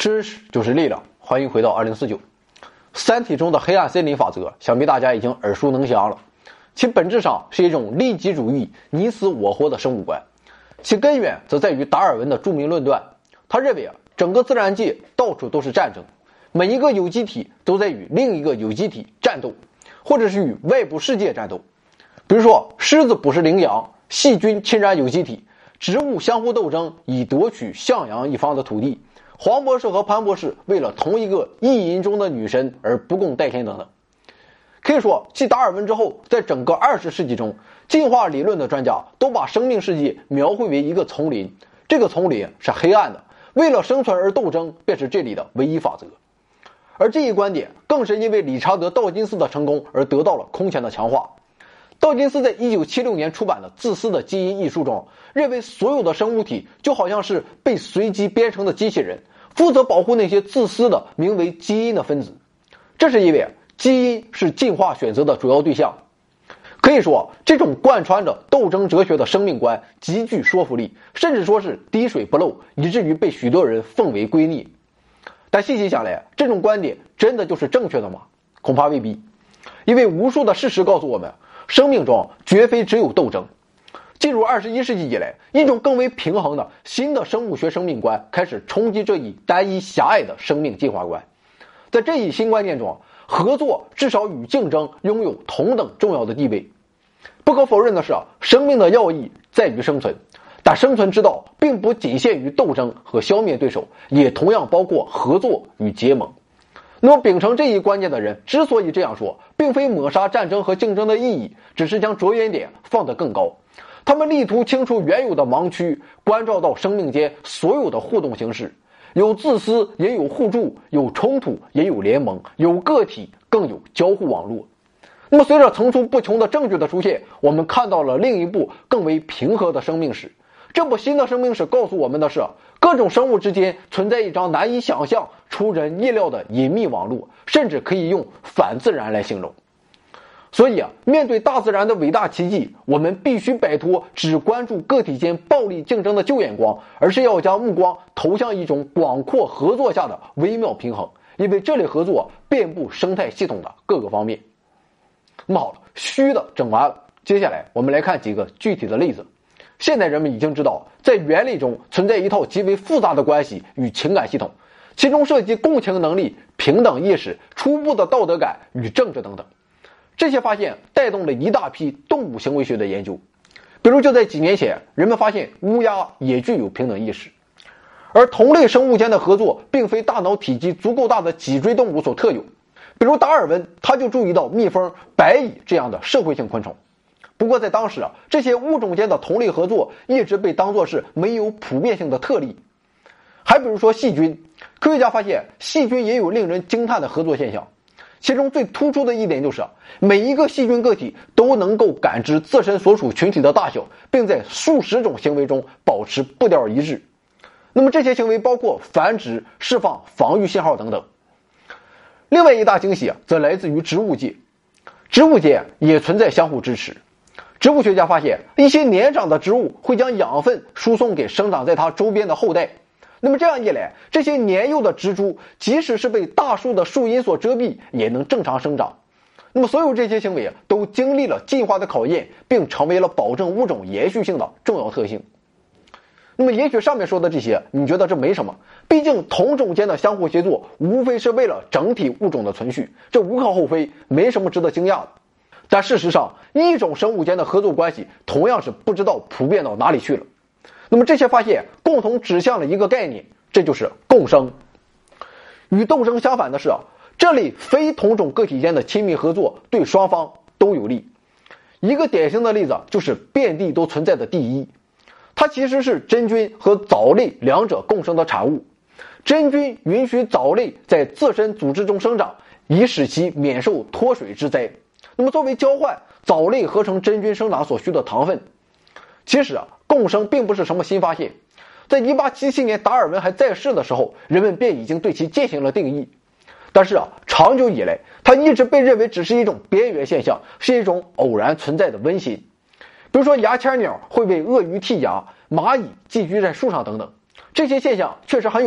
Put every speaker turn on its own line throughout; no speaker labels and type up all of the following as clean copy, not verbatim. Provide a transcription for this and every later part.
知识就是力量，欢迎回到2049。三体中的黑暗森林法则，想必大家已经耳熟能详了。其本质上是一种利己主义、你死我活的生物观，其根源则在于达尔文的著名论断。他认为整个自然界到处都是战争，每一个有机体都在与另一个有机体战斗，或者是与外部世界战斗。比如说，狮子捕食羚羊，细菌侵占有机体，植物相互斗争以夺取向阳一方的土地，黄博士和潘博士为了同一个意淫中的女神而不共戴天等等。可以说，继达尔文之后，在整个20世纪中，进化理论的专家都把生命世界描绘为一个丛林，这个丛林是黑暗的，为了生存而斗争便是这里的唯一法则。而这一观点更是因为理查德·道金斯的成功而得到了空前的强化。道金斯在1976年出版的《自私的基因》一书中，认为所有的生物体就好像是被随机编程的机器人，负责保护那些自私的名为基因的分子。这是因为基因是进化选择的主要对象。可以说，这种贯穿着斗争哲学的生命观极具说服力，甚至说是滴水不漏，以至于被许多人奉为圭臬。但细细想来，这种观点真的就是正确的吗？恐怕未必。因为无数的事实告诉我们，生命中绝非只有斗争。进入21世纪以来，一种更为平衡的新的生物学生命观开始冲击这一单一狭隘的生命进化观。在这一新观念中，合作至少与竞争拥有同等重要的地位。不可否认的是，生命的要义在于生存，但生存之道并不仅限于斗争和消灭对手，也同样包括合作与结盟。那么秉承这一观念的人之所以这样说，并非抹杀战争和竞争的意义，只是将着眼点放得更高。他们力图清除原有的盲区，关照到生命间所有的互动形式，有自私也有互助，有冲突也有联盟，有个体更有交互网络。那么随着层出不穷的证据的出现，我们看到了另一部更为平和的生命史。这部新的生命史告诉我们的是，各种生物之间存在一张难以想象、出人意料的隐秘网络，甚至可以用反自然来形容。所以面对大自然的伟大奇迹，我们必须摆脱只关注个体间暴力竞争的旧眼光，而是要将目光投向一种广阔合作下的微妙平衡，因为这类合作遍布生态系统的各个方面。那么好了，虚的整完了，接下来我们来看几个具体的例子。现代人们已经知道，在原理中存在一套极为复杂的关系与情感系统，其中涉及共情能力、平等意识、初步的道德感与政治等等。这些发现带动了一大批动物行为学的研究。比如就在几年前，人们发现乌鸦也具有平等意识。而同类生物间的合作并非大脑体积足够大的脊椎动物所特有。比如达尔文他就注意到蜜蜂、白蚁这样的社会性昆虫。不过在当时这些物种间的同类合作一直被当作是没有普遍性的特例。还比如说细菌，科学家发现细菌也有令人惊叹的合作现象。其中最突出的一点就是每一个细菌个体都能够感知自身所属群体的大小，并在数十种行为中保持步调一致。那么这些行为包括繁殖、释放防御信号等等。另外一大惊喜则来自于植物界。植物界也存在相互支持。植物学家发现，一些年长的植物会将养分输送给生长在它周边的后代。那么这样一来，这些年幼的植株即使是被大树的树荫所遮蔽，也能正常生长。那么所有这些行为都经历了进化的考验，并成为了保证物种延续性的重要特性。那么也许上面说的这些你觉得这没什么，毕竟同种间的相互协作无非是为了整体物种的存续，这无可厚非，没什么值得惊讶的。但事实上，一种生物间的合作关系同样是不知道普遍到哪里去了。那么这些发现共同指向了一个概念，这就是共生。与斗争相反的是，这类非同种个体间的亲密合作对双方都有利。一个典型的例子就是遍地都存在的第一，它其实是真菌和藻类两者共生的产物。真菌允许藻类在自身组织中生长，以使其免受脱水之灾。那么作为交换，藻类合成真菌生长所需的糖分。其实共生并不是什么新发现，在1877年达尔文还在世的时候，人们便已经对其进行了定义。但是长久以来，它一直被认为只是一种边缘现象，是一种偶然存在的温馨。比如说牙签鸟会为鳄鱼剔牙，蚂蚁寄居在树上等等。这些现象确实很有趣，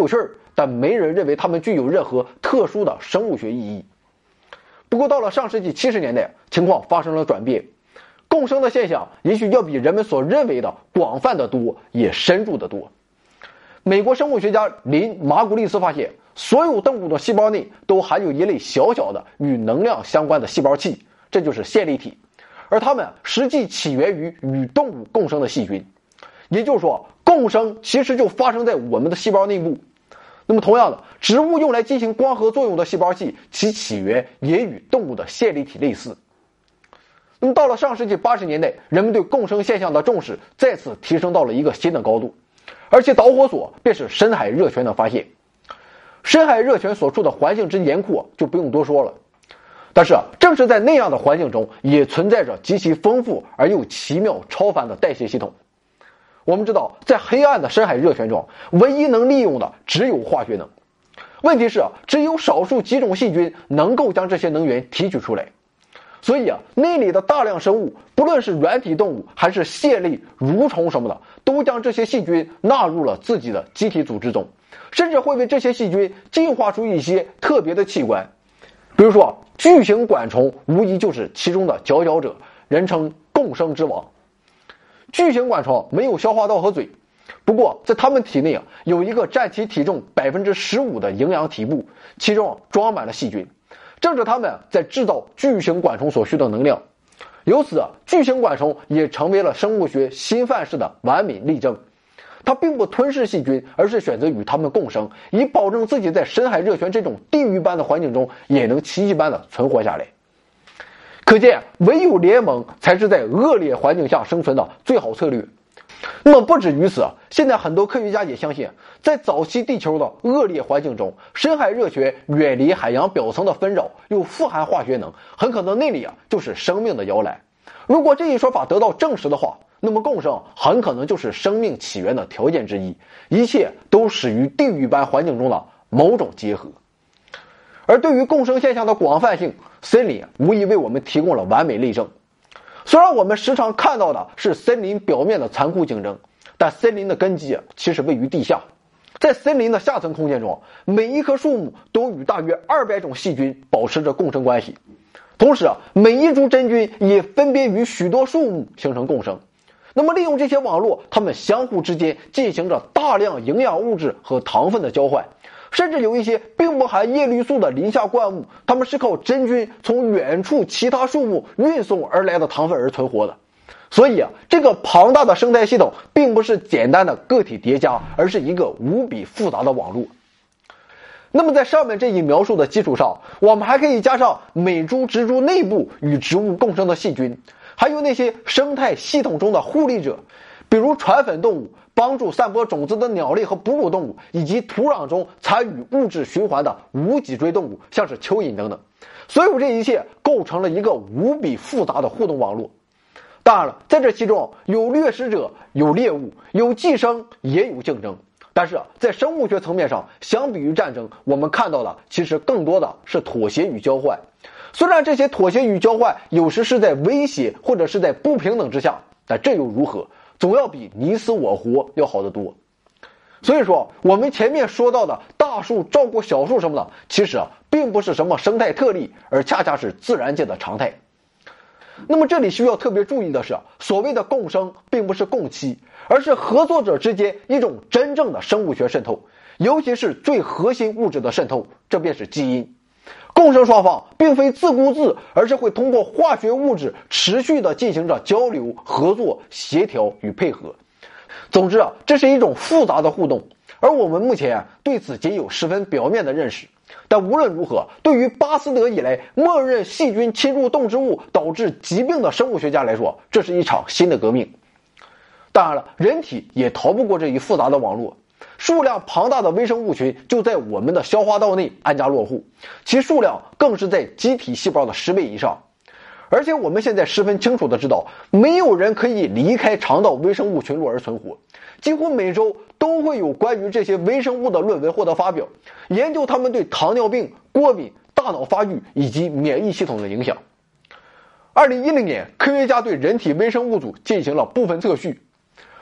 但没人认为它们具有任何特殊的生物学意义。不过到了上世纪70年代，情况发生了转变，共生的现象也许要比人们所认为的广泛得多，也深入得多。美国生物学家林·马古利斯发现，所有动物的细胞内都含有一类小小的与能量相关的细胞器，这就是线粒体，而它们实际起源于与动物共生的细菌。也就是说，共生其实就发生在我们的细胞内部。那么同样的，植物用来进行光合作用的细胞器，其起源也与动物的线粒体类似。那么到了上世纪80年代，人们对共生现象的重视再次提升到了一个新的高度，而且导火索便是深海热泉的发现。深海热泉所处的环境之严酷就不用多说了，但是正是在那样的环境中，也存在着极其丰富而又奇妙超凡的代谢系统。我们知道，在黑暗的深海热泉中，唯一能利用的只有化学能。问题是，只有少数几种细菌能够将这些能源提取出来。所以那里的大量生物，不论是软体动物还是蟹类、蠕虫什么的，都将这些细菌纳入了自己的机体组织中，甚至会为这些细菌进化出一些特别的器官。比如说，巨型管虫无疑就是其中的佼佼者，人称共生之王。巨型管虫没有消化道和嘴，不过在它们体内有一个占其体重 15% 的营养体部，其中装满了细菌，正是它们在制造巨型管虫所需的能量。由此巨型管虫也成为了生物学新范式的完美例证。它并不吞噬细菌，而是选择与它们共生，以保证自己在深海热泉这种地狱般的环境中也能奇迹般的存活下来。可见，唯有联盟才是在恶劣环境下生存的最好策略。那么不止于此，现在很多科学家也相信，在早期地球的恶劣环境中，深海热泉远离海洋表层的纷扰，又富含化学能，很可能那里就是生命的摇篮。如果这一说法得到证实的话，那么共生很可能就是生命起源的条件之一，一切都始于地狱般环境中的某种结合。而对于共生现象的广泛性，森林无疑为我们提供了完美例证。虽然我们时常看到的是森林表面的残酷竞争，但森林的根基其实位于地下。在森林的下层空间中，每一棵树木都与大约200种细菌保持着共生关系，同时每一株真菌也分别与许多树木形成共生。那么利用这些网络，它们相互之间进行着大量营养物质和糖分的交换，甚至有一些并不含叶绿素的林下灌木，它们是靠真菌从远处其他树木运送而来的糖分而存活的。所以这个庞大的生态系统并不是简单的个体叠加，而是一个无比复杂的网络。那么在上面这一描述的基础上，我们还可以加上每株植株内部与植物共生的细菌，还有那些生态系统中的互利者，比如传粉动物、帮助散播种子的鸟类和哺乳动物，以及土壤中参与物质循环的无脊椎动物，像是蚯蚓等等。所有这一切构成了一个无比复杂的互动网络。当然了，在这其中有掠食者，有猎物，有寄生，也有竞争。但是在生物学层面上，相比于战争，我们看到的其实更多的是妥协与交换。虽然这些妥协与交换有时是在威胁或者是在不平等之下，但这又如何？总要比你死我活要好得多。所以说，我们前面说到的大树照顾小树什么的，其实并不是什么生态特例，而恰恰是自然界的常态。那么这里需要特别注意的是，所谓的共生并不是共栖，而是合作者之间一种真正的生物学渗透，尤其是最核心物质的渗透，这便是基因。共生双方并非自顾自，而是会通过化学物质持续地进行着交流、合作、协调与配合。总之这是一种复杂的互动，而我们目前对此仅有十分表面的认识。但无论如何，对于巴斯德以来默认细菌侵入动植物导致疾病的生物学家来说，这是一场新的革命。当然了，人体也逃不过这一复杂的网络，数量庞大的微生物群就在我们的消化道内安家落户，其数量更是在机体细胞的10倍以上。而且我们现在十分清楚地知道，没有人可以离开肠道微生物群落而存活。几乎每周都会有关于这些微生物的论文获得发表，研究它们对糖尿病、过敏、大脑发育以及免疫系统的影响。2010年，科学家对人体微生物组进行了部分测序。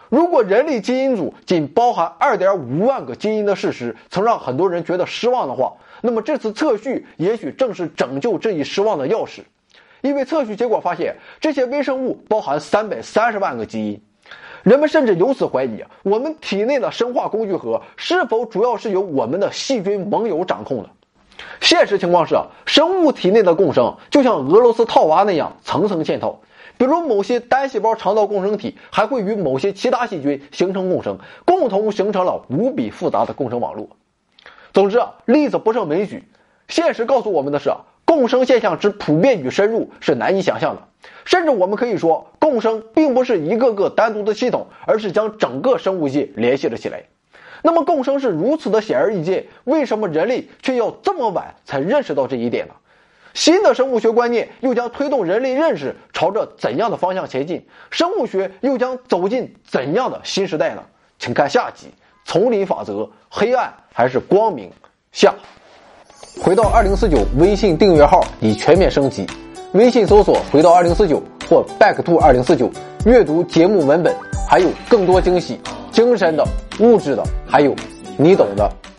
如果人类基因组仅包含 2.5 万个基因的事实曾让很多人觉得失望的话，那么这次测序也许正是拯救这一失望的钥匙。因为测序结果发现，这些微生物包含330万个基因。人们甚至由此怀疑，我们体内的生化工具盒是否主要是由我们的细菌盟友掌控的。现实情况是，生物体内的共生就像俄罗斯套娃那样层层嵌套。比如某些单细胞肠道共生体还会与某些其他细菌形成共生，共同形成了无比复杂的共生网络。总之，例子不胜枚举。现实告诉我们的是，共生现象之普遍与深入是难以想象的。甚至我们可以说，共生并不是一个个单独的系统，而是将整个生物界联系了起来。那么共生是如此的显而易见，为什么人类却要这么晚才认识到这一点呢？新的生物学观念又将推动人类认识朝着怎样的方向前进？生物学又将走进怎样的新时代呢？请看下集《丛林法则：黑暗还是光明》下。回到2049微信订阅号已全面升级，微信搜索回到2049或 back to 2049，阅读节目文本，还有更多惊喜，精神的、物质的，还有你懂的。